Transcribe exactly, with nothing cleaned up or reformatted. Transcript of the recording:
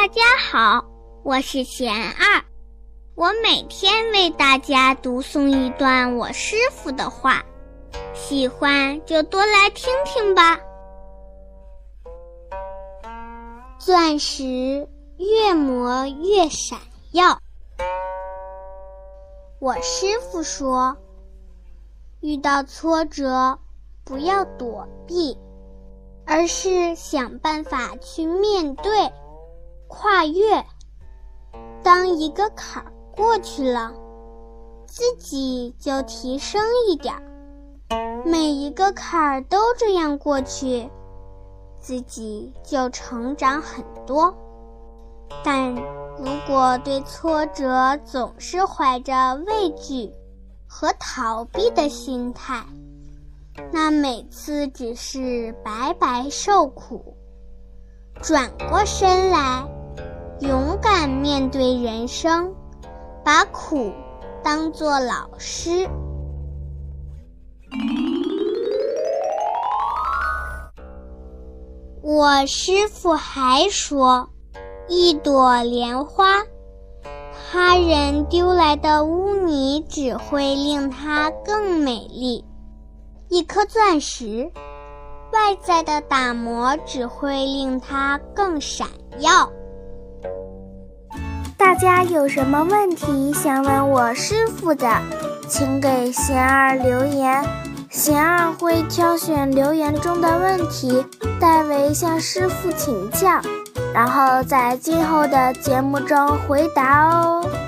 大家好，我是贤二，我每天为大家读诵一段我师父的话，喜欢就多来听听吧。钻石越磨越闪耀。我师父说，遇到挫折不要躲避，而是想办法去面对跨越。当一个坎儿过去了，自己就提升一点，每一个坎儿都这样过去，自己就成长很多。但如果对挫折总是怀着畏惧和逃避的心态，那每次只是白白受苦。转过身来，勇敢面对人生，把苦当作老师。我师父还说，一朵莲花，他人丢来的污泥只会令它更美丽；一颗钻石，外在的打磨只会令它更闪耀。 大家有什么问题想问我师父的，请给贤儿留言，贤儿会挑选留言中的问题，代为向师父请教，然后在今后的节目中回答哦。